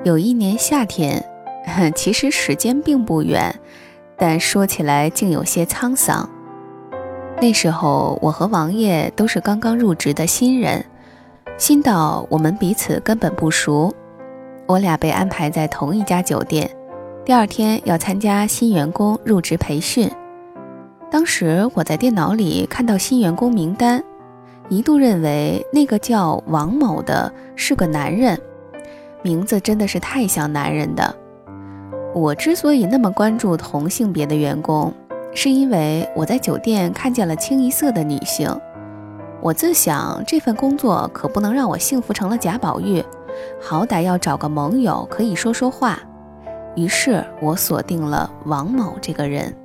有一年夏天，其实时间并不远，但说起来竟有些沧桑。那时候我和王爷都是刚刚入职的新人，新到我们彼此根本不熟。我俩被安排在同一家酒店，第二天要参加新员工入职培训。当时我在电脑里看到新员工名单，一度认为那个叫王某的是个男人，名字真的是太像男人的。我之所以那么关注同性别的员工，是因为我在酒店看见了清一色的女性。我自想，这份工作可不能让我幸福成了贾宝玉，好歹要找个盟友可以说说话。于是我锁定了王某这个人。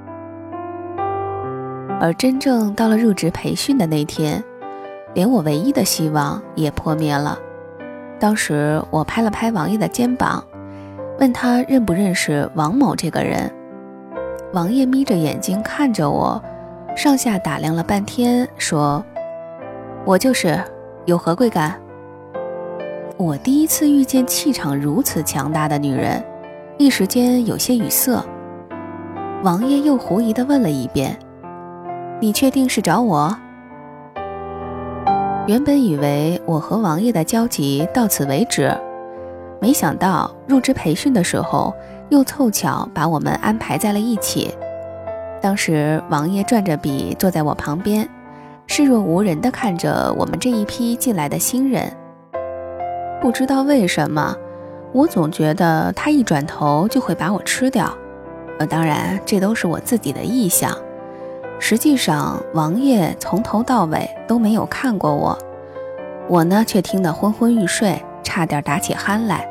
而真正到了入职培训的那天，连我唯一的希望也破灭了。当时我拍了拍王爷的肩膀，问他认不认识王某这个人。王爷眯着眼睛看着我，上下打量了半天，说：我就是，有何贵干？我第一次遇见气场如此强大的女人，一时间有些语塞。王爷又狐疑地问了一遍：你确定是找我？原本以为我和王爷的交集到此为止，没想到入职培训的时候又凑巧把我们安排在了一起。当时王爷转着笔坐在我旁边，视若无人地看着我们这一批进来的新人。不知道为什么，我总觉得他一转头就会把我吃掉。当然这都是我自己的臆想，实际上王爷从头到尾都没有看过我，我呢却听得昏昏欲睡，差点打起鼾来。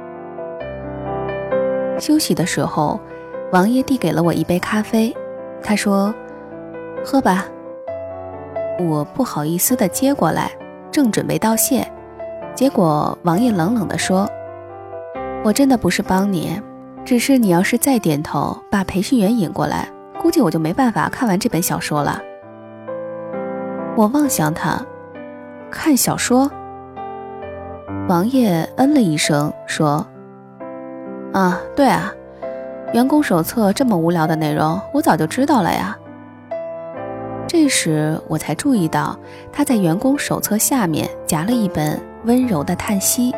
休息的时候，王爷递给了我一杯咖啡，他说：喝吧。我不好意思地接过来，正准备道谢，结果王爷冷冷地说：我真的不是帮你，只是你要是再点头把培训员引过来，估计我就没办法看完这本小说了。我望向他，看小说？王爷嗯了一声说：啊，对啊，员工手册这么无聊的内容，我早就知道了呀。这时我才注意到他在员工手册下面夹了一本《温柔的叹息》。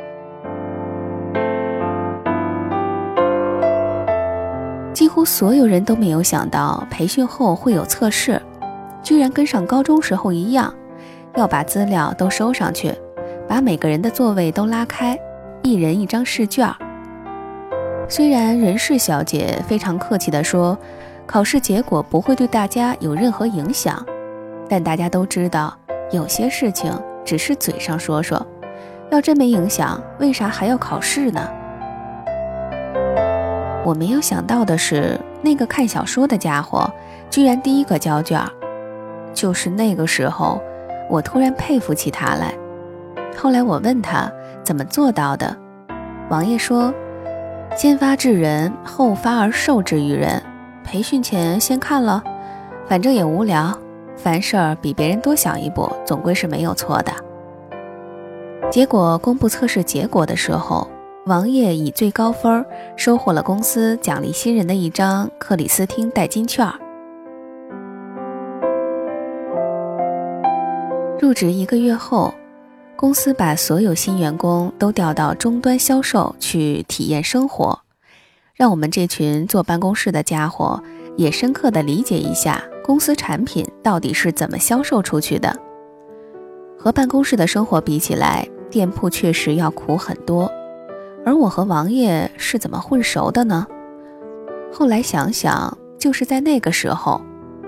几乎所有人都没有想到培训后会有测试，居然跟上高中时候一样，要把资料都收上去，把每个人的座位都拉开，一人一张试卷。虽然人事小姐非常客气地说，考试结果不会对大家有任何影响，但大家都知道，有些事情只是嘴上说说，要真没影响，为啥还要考试呢？我没有想到的是，那个看小说的家伙居然第一个交卷。就是那个时候，我突然佩服起他来。后来我问他怎么做到的，王爷说：先发制人，后发而受之于人。培训前先看了，反正也无聊，凡事儿比别人多想一步，总归是没有错的。结果公布测试结果的时候，王爷以最高分收获了公司奖励新人的一张克里斯汀代金券。入职1个月后，公司把所有新员工都调到终端销售去体验生活，让我们这群坐办公室的家伙也深刻地理解一下公司产品到底是怎么销售出去的。和办公室的生活比起来，店铺确实要苦很多。而我和王爷是怎么混熟的呢？后来想想，就是在那个时候，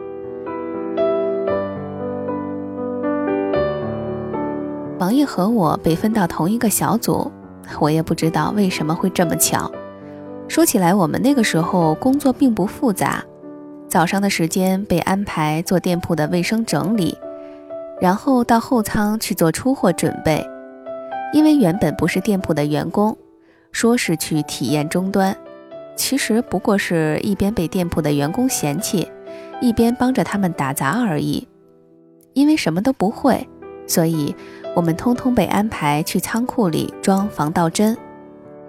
王爷和我被分到同一个小组，我也不知道为什么会这么巧。说起来，我们那个时候工作并不复杂，早上的时间被安排做店铺的卫生整理，然后到后舱去做出货准备。因为原本不是店铺的员工，说是去体验终端，其实不过是一边被店铺的员工嫌弃，一边帮着他们打杂而已。因为什么都不会，所以我们通通被安排去仓库里装防盗针。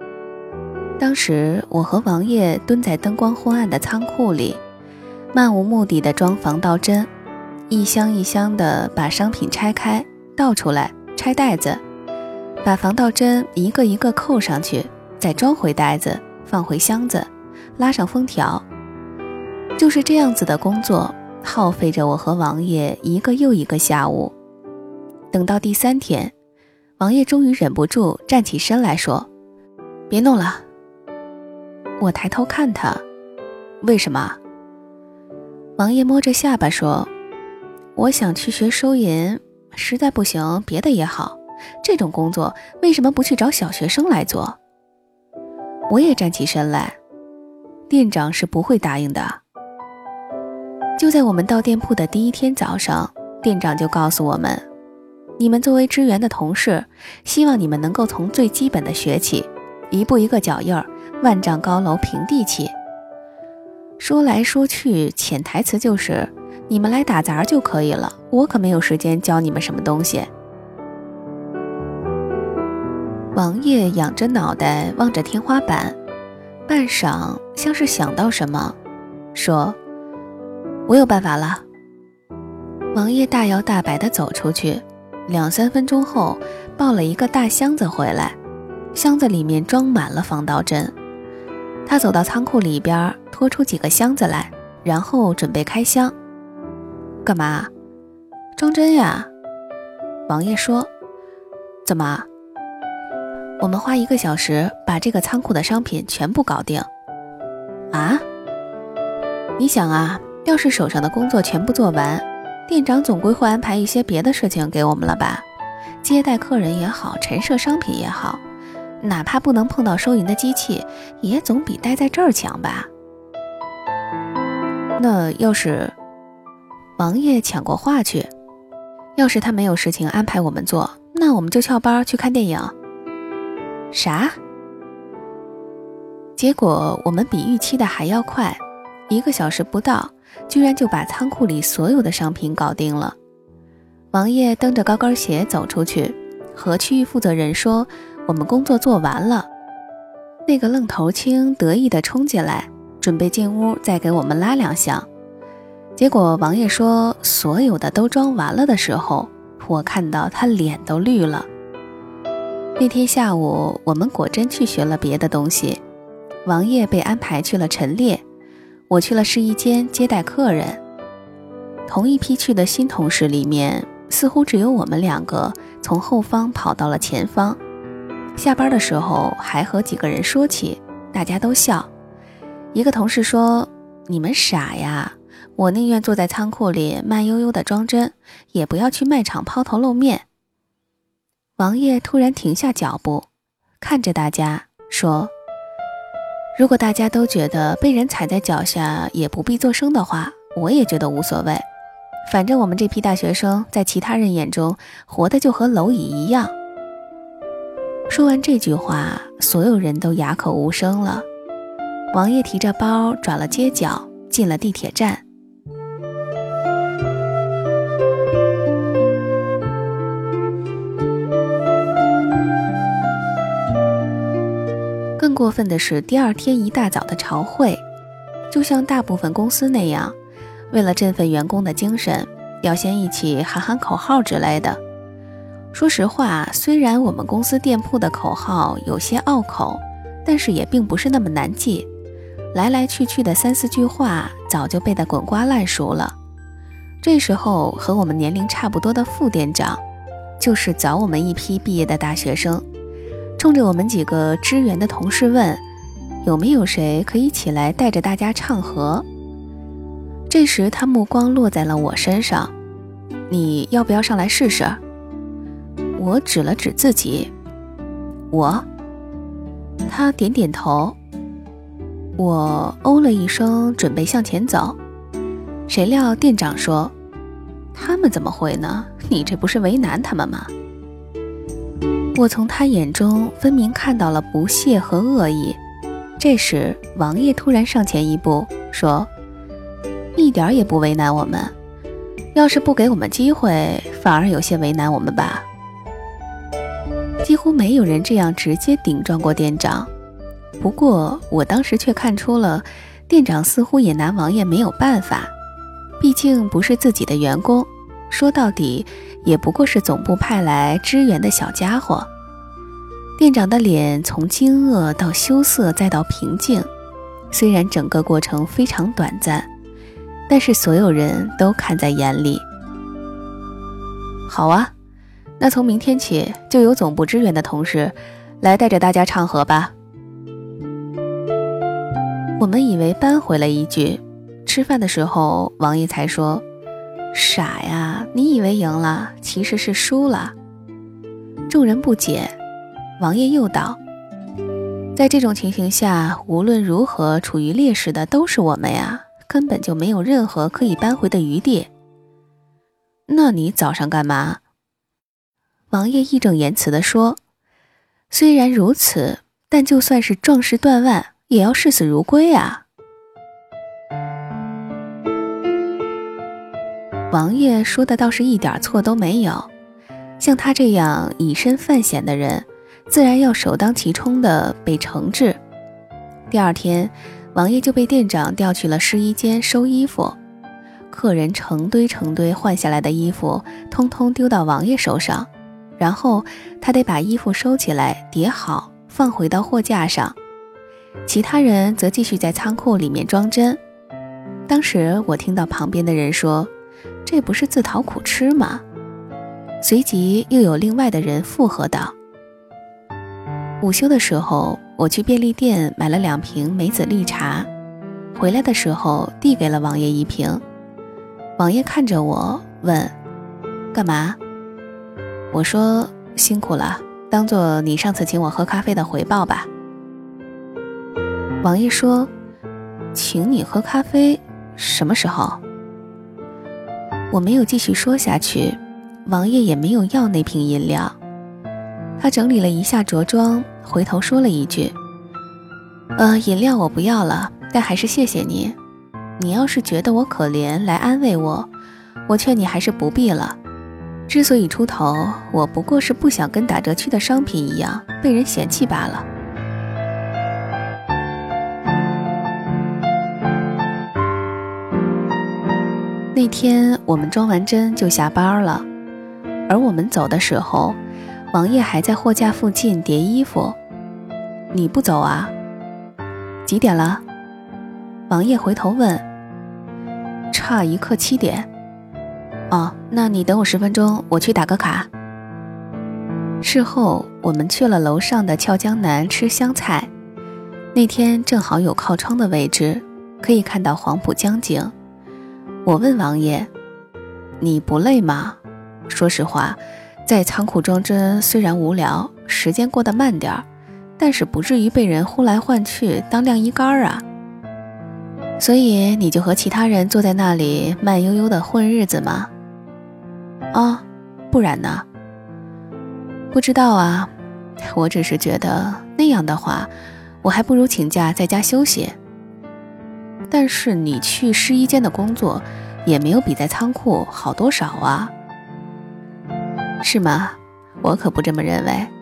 当时我和王爷蹲在灯光昏暗的仓库里，漫无目的地装防盗针，一箱一箱地把商品拆开倒出来，拆袋子，把防盗针一个一个扣上去，再装回袋子，放回箱子，拉上封条。就是这样子的工作，耗费着我和王爷一个又一个下午。等到第3天，王爷终于忍不住站起身来说：别弄了。我抬头看他，为什么？王爷摸着下巴说：我想去学收银，实在不行别的也好，这种工作为什么不去找小学生来做？我也站起身来，店长是不会答应的。就在我们到店铺的第1天早上，店长就告诉我们，你们作为支援的同事，希望你们能够从最基本的学起，一步一个脚印儿，万丈高楼平地起。说来说去，潜台词就是你们来打杂就可以了，我可没有时间教你们什么东西。王爷仰着脑袋望着天花板，半晌像是想到什么，说：我有办法了。王爷大摇大摆地走出去，2、3分钟后抱了一个大箱子回来，箱子里面装满了防盗针。他走到仓库里边，拖出几个箱子来，然后准备开箱。干嘛？装针呀。王爷说。怎么？我们花1个小时把这个仓库的商品全部搞定。啊？你想啊，要是手上的工作全部做完，店长总归会安排一些别的事情给我们了吧？接待客人也好，陈设商品也好，哪怕不能碰到收银的机器，也总比待在这儿强吧？那要是……王爷抢过话去，要是他没有事情安排我们做，那我们就翘班去看电影。啥？结果我们比预期的还要快，1个小时不到，居然就把仓库里所有的商品搞定了。王爷蹬着高跟鞋走出去，和区域负责人说我们工作做完了。那个愣头青得意地冲进来，准备进屋再给我们拉2箱。结果王爷说所有的都装完了的时候，我看到他脸都绿了。那天下午我们果真去学了别的东西，王爷被安排去了陈列，我去了试衣间接待客人。同一批去的新同事里面，似乎只有我们2个从后方跑到了前方。下班的时候还和几个人说起，大家都笑。一个同事说：你们傻呀，我宁愿坐在仓库里慢悠悠的装针，也不要去卖场抛头露面。王爷突然停下脚步，看着大家说：如果大家都觉得被人踩在脚下也不必作声的话，我也觉得无所谓，反正我们这批大学生在其他人眼中活得就和蝼蚁一样。说完这句话，所有人都哑口无声了。王爷提着包转了街角，进了地铁站。更过分的是，第2天一大早的朝会，就像大部分公司那样，为了振奋员工的精神，要先一起喊喊口号之类的。说实话，虽然我们公司店铺的口号有些拗口，但是也并不是那么难记，来来去去的3、4句话早就背得滚瓜烂熟了。这时候和我们年龄差不多的副店长，就是早我们一批毕业的大学生，冲着我们几个支援的同事问，有没有谁可以起来带着大家唱和。这时他目光落在了我身上，你要不要上来试试？我指了指自己，我。他点点头。我哦了一声，准备向前走，谁料店长说：他们怎么会呢？你这不是为难他们吗？我从他眼中分明看到了不屑和恶意。这时王爷突然上前一步说：一点也不为难我们，要是不给我们机会，反而有些为难我们吧。几乎没有人这样直接顶撞过店长， 不过我当时却看出了，店长似乎也拿王爷没有办法，毕竟不是自己的员工，说到底也不过是总部派来支援的小家伙。店长的脸从惊愕到羞涩再到平静，虽然整个过程非常短暂，但是所有人都看在眼里。好啊，那从明天起就由总部支援的同事来带着大家唱和吧。我们以为扳回了一局，吃饭的时候王爷才说，傻呀，你以为赢了，其实是输了。众人不解，王爷又道，在这种情形下，无论如何处于劣势的都是我们呀，根本就没有任何可以扳回的余地。那你早上干嘛？王爷义正言辞地说，虽然如此，但就算是壮士断腕，也要视死如归啊。王爷说的倒是一点错都没有，像他这样以身犯险的人，自然要首当其冲的被惩治。第二天，王爷就被店长调去了试衣间收衣服，客人成堆成堆换下来的衣服通通丢到王爷手上，然后他得把衣服收起来叠好放回到货架上，其他人则继续在仓库里面装帧。当时我听到旁边的人说，这不是自讨苦吃吗？随即又有另外的人附和道。午休的时候，我去便利店买了2瓶梅子绿茶，回来的时候递给了王爷1瓶。王爷看着我问，干嘛？我说，辛苦了，当做你上次请我喝咖啡的回报吧。王爷说，请你喝咖啡？什么时候？我没有继续说下去，王爷也没有要那瓶饮料。他整理了一下着装，回头说了一句，饮料我不要了，但还是谢谢你。你要是觉得我可怜来安慰我，我劝你还是不必了。之所以出头，我不过是不想跟打折区的商品一样被人嫌弃罢了。那天我们装完针就下班了，而我们走的时候，王爷还在货架附近叠衣服。你不走啊？几点了？王爷回头问。差一刻7点。哦，那你等我10分钟，我去打个卡。事后我们去了楼上的俏江南吃湘菜，那天正好有靠窗的位置，可以看到黄浦江景。我问王爷，你不累吗？说实话，在仓库装针虽然无聊，时间过得慢点，但是不至于被人呼来唤去当晾衣杆啊。所以你就和其他人坐在那里慢悠悠地混日子吗？啊，不然呢？不知道啊，我只是觉得那样的话，我还不如请假在家休息。但是你去试衣间的工作也没有比在仓库好多少啊。是吗？我可不这么认为。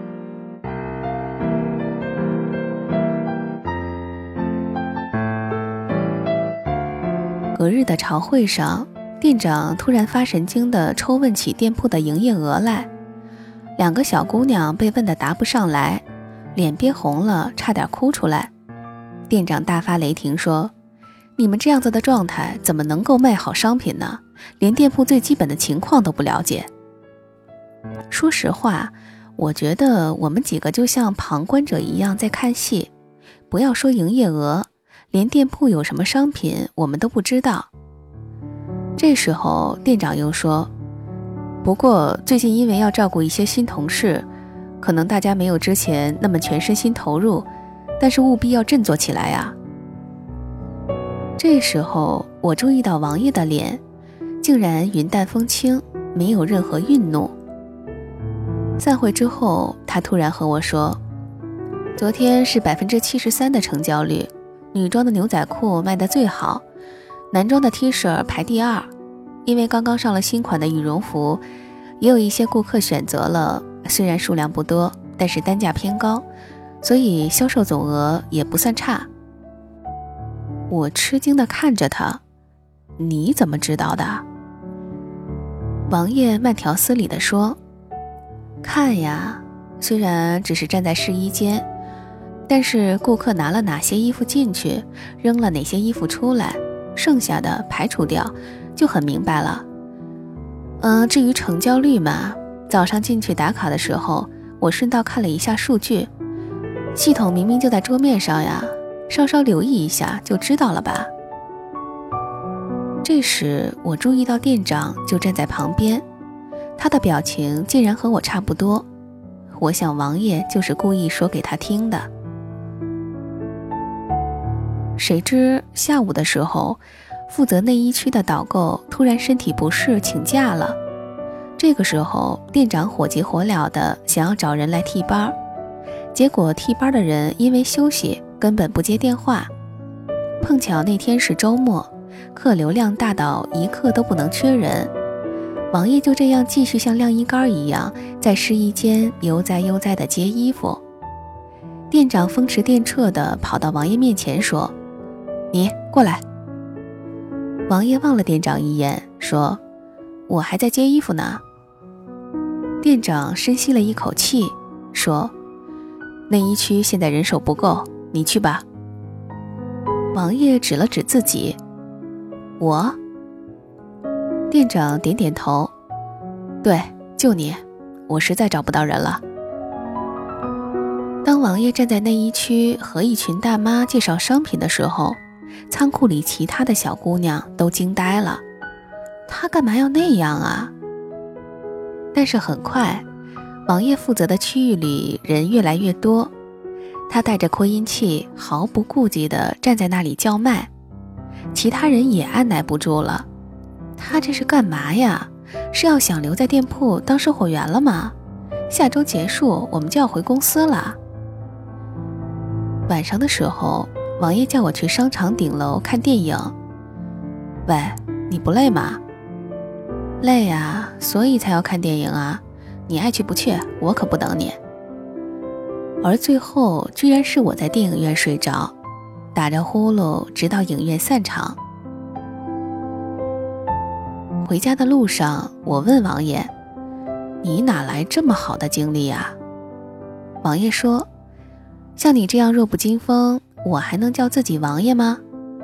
隔日的朝会上，店长突然发神经地抽问起店铺的营业额来，2个小姑娘被问得答不上来，脸憋红了，差点哭出来。店长大发雷霆说，你们这样子的状态怎么能够卖好商品呢？连店铺最基本的情况都不了解。说实话，我觉得我们几个就像旁观者一样在看戏，不要说营业额，连店铺有什么商品我们都不知道。这时候店长又说，不过最近因为要照顾一些新同事，可能大家没有之前那么全身心投入，但是务必要振作起来啊。这时候我注意到王爷的脸竟然云淡风轻，没有任何愠怒。散会之后，他突然和我说，昨天是73%的成交率，女装的牛仔裤卖得最好，男装的 T 恤排第2，因为刚刚上了新款的羽绒服，也有一些顾客选择了，虽然数量不多，但是单价偏高， 所以销售总额也不算差。我吃惊地看着他，你怎么知道的？王爷慢条斯理地说，看呀，虽然只是站在试衣间，但是顾客拿了哪些衣服进去，扔了哪些衣服出来，剩下的排除掉，就很明白了。至于成交率嘛，早上进去打卡的时候，我顺道看了一下数据，系统明明就在桌面上呀，稍稍留意一下就知道了吧。这时我注意到店长就站在旁边，他的表情竟然和我差不多，我想王爷就是故意说给他听的。谁知下午的时候，负责内衣区的导购突然身体不适请假了，这个时候店长火急火燎的想要找人来替班，结果替班的人因为休息根本不接电话，碰巧那天是周末，客流量大到一刻都不能缺人，王爷就这样继续像晾衣杆一样在试衣间悠哉悠哉地接衣服。店长风驰电掣地跑到王爷面前说，你过来。王爷望了店长一眼说，我还在接衣服呢。店长深吸了一口气说，内衣区现在人手不够，你去吧。王爷指了指自己，我？店长点点头，对，就你，我实在找不到人了。当王爷站在内衣区和一群大妈介绍商品的时候，仓库里其他的小姑娘都惊呆了，他干嘛要那样啊？但是很快，王爷负责的区域里人越来越多，他带着扩音器毫不顾忌地站在那里叫卖，其他人也按耐不住了，他这是干嘛呀？是要想留在店铺当售货员了吗？下周结束我们就要回公司了。晚上的时候，王爷叫我去商场顶楼看电影。喂，你不累吗？累啊，所以才要看电影啊，你爱去不去，我可不等你。而最后居然是我在电影院睡着，打着呼噜直到影院散场。回家的路上，我问王爷，你哪来这么好的精力啊？王爷说，像你这样弱不禁风，我还能叫自己王爷吗？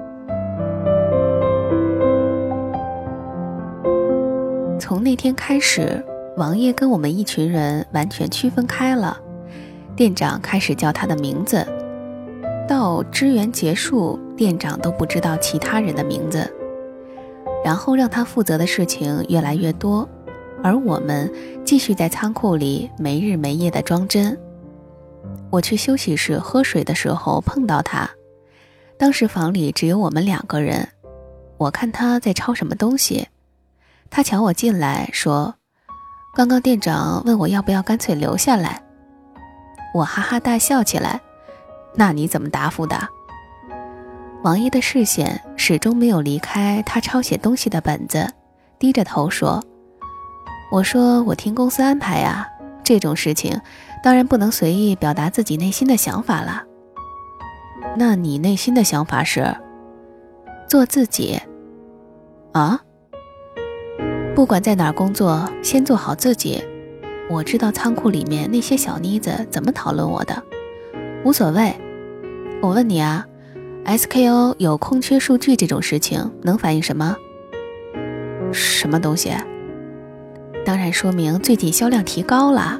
从那天开始，王爷跟我们一群人完全区分开了，店长开始叫他的名字，到支援结束，店长都不知道其他人的名字，然后让他负责的事情越来越多，而我们继续在仓库里没日没夜地装帧。我去休息室喝水的时候碰到他，当时房里只有我们2个人，我看他在抄什么东西，他瞧我进来说，刚刚店长问我要不要干脆留下来。我哈哈大笑起来，那你怎么答复的？王爷的视线始终没有离开他抄写东西的本子，低着头说，我说我听公司安排啊，这种事情当然不能随意表达自己内心的想法了。那你内心的想法是？做自己。啊？不管在哪儿工作，先做好自己。我知道仓库里面那些小妮子怎么讨论我的，无所谓。我问你啊， SKO 有空缺数据这种事情能反映什么？什么东西？当然说明最近销量提高了。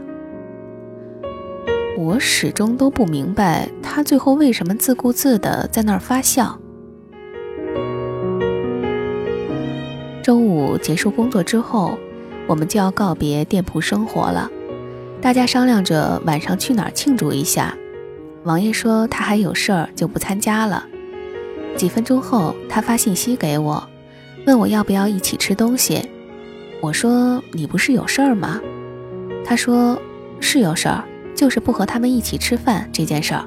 我始终都不明白他最后为什么自顾自地在那儿发笑。周五结束工作之后，我们就要告别店铺生活了，大家商量着晚上去哪儿庆祝一下。王爷说他还有事儿就不参加了。几分钟后，他发信息给我，问我要不要一起吃东西。我说你不是有事儿吗？他说是有事儿，就是不和他们一起吃饭这件事儿。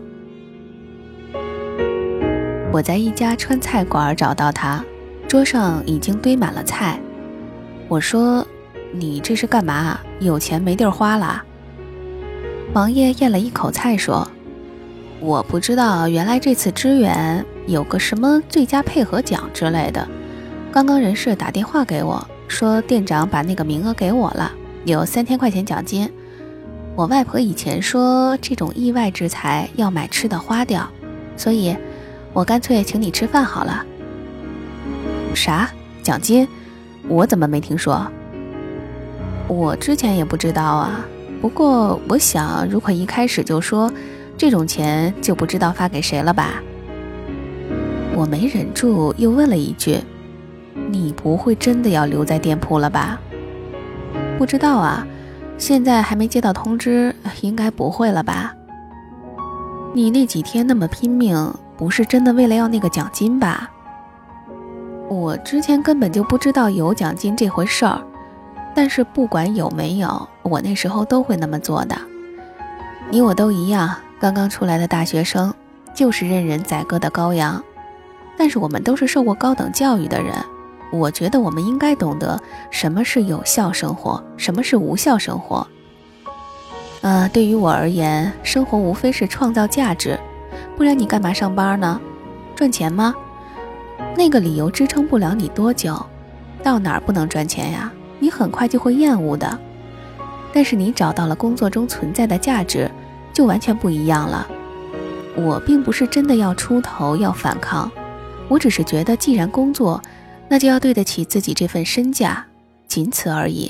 我在一家川菜馆找到他，桌上已经堆满了菜。我说你这是干嘛？有钱没地儿花啦？王爷咽了一口菜说， 我不知道原来这次支援有个什么最佳配合奖之类的，刚刚人事打电话给我说店长把那个名额给我了，有3000块钱奖金。我外婆以前说这种意外之财要买吃的花掉，所以我干脆请你吃饭好了。啥？奖金？我怎么没听说？我之前也不知道啊，不过我想如果一开始就说这种钱就不知道发给谁了吧。我没忍住又问了一句，你不会真的要留在店铺了吧？不知道啊，现在还没接到通知，应该不会了吧。你那几天那么拼命，不是真的为了要那个奖金吧？我之前根本就不知道有奖金这回事儿，但是不管有没有，我那时候都会那么做的。你我都一样，刚刚出来的大学生，就是任人宰割的羔羊。但是我们都是受过高等教育的人，我觉得我们应该懂得什么是有效生活，什么是无效生活。对于我而言，生活无非是创造价值，不然你干嘛上班呢？赚钱吗？那个理由支撑不了你多久，到哪儿不能赚钱呀？你很快就会厌恶的。但是你找到了工作中存在的价值，就完全不一样了。我并不是真的要出头要反抗，我只是觉得既然工作，那就要对得起自己这份身价，仅此而已。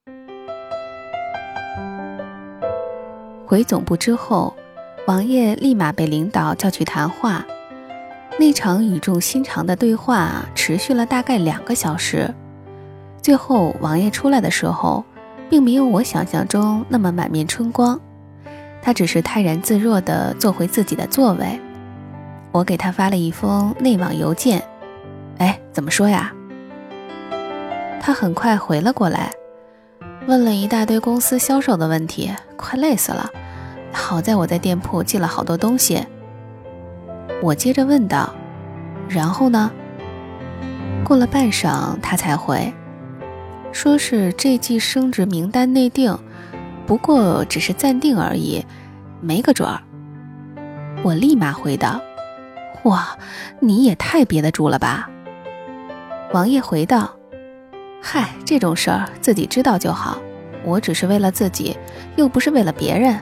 回总部之后，王烨立马被领导叫去谈话。那场语重心长的对话持续了大概2个小时。最后王烨出来的时候，并没有我想象中那么满面春光，他只是泰然自若地坐回自己的座位。我给他发了一封内网邮件，怎么说呀？他很快回了过来，问了一大堆公司销售的问题，快累死了。好在我在店铺寄了好多东西。我接着问道，然后呢？过了半晌他才回，说是这季升职名单内定，不过只是暂定而已，没个准儿。我立马回道，哇，你也太憋得住了吧。王烨回道，嗨，这种事儿自己知道就好，我只是为了自己，又不是为了别人。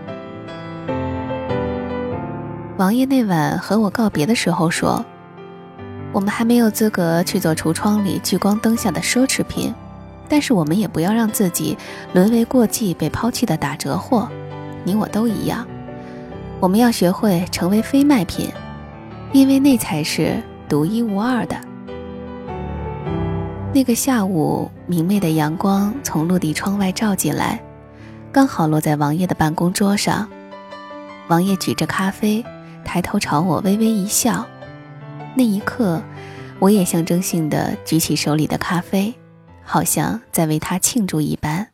王烨那晚和我告别的时候说，我们还没有资格去做橱窗里聚光灯下的奢侈品，但是我们也不要让自己沦为过季被抛弃的打折货，你我都一样。我们要学会成为非卖品，因为那才是独一无二的。那个下午，明媚的阳光从落地窗外照进来，刚好落在王烨的办公桌上。王烨举着咖啡，抬头朝我微微一笑。那一刻，我也象征性地举起手里的咖啡，好像在为他庆祝一般。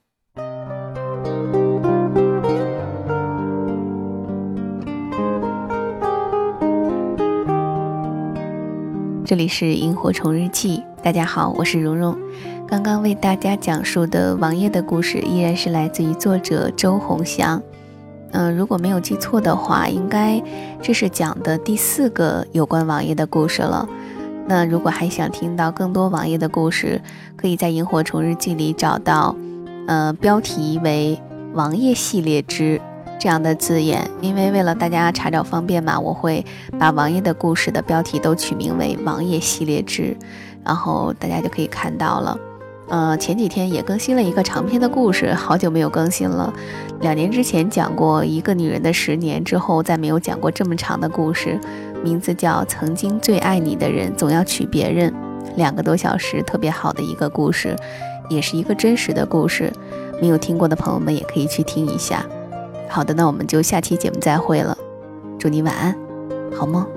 这里是萤火虫日记，大家好，我是蓉蓉。刚刚为大家讲述的王烨的故事依然是来自于作者周鸿祥。如果没有记错的话，应该这是讲的第4个有关王烨的故事了。那如果还想听到更多王烨的故事，可以在萤火虫日记里找到标题为王烨系列之这样的字眼，因为为了大家查找方便嘛，我会把王烨的故事的标题都取名为王烨系列之，然后大家就可以看到了。前几天也更新了一个长篇的故事，好久没有更新了。2年之前讲过一个女人的10年之后，再没有讲过这么长的故事，名字叫《曾经最爱你的人总要娶别人》，2个多小时，特别好的一个故事，也是一个真实的故事。没有听过的朋友们也可以去听一下。好的，那我们就下期节目再会了，祝你晚安，好梦。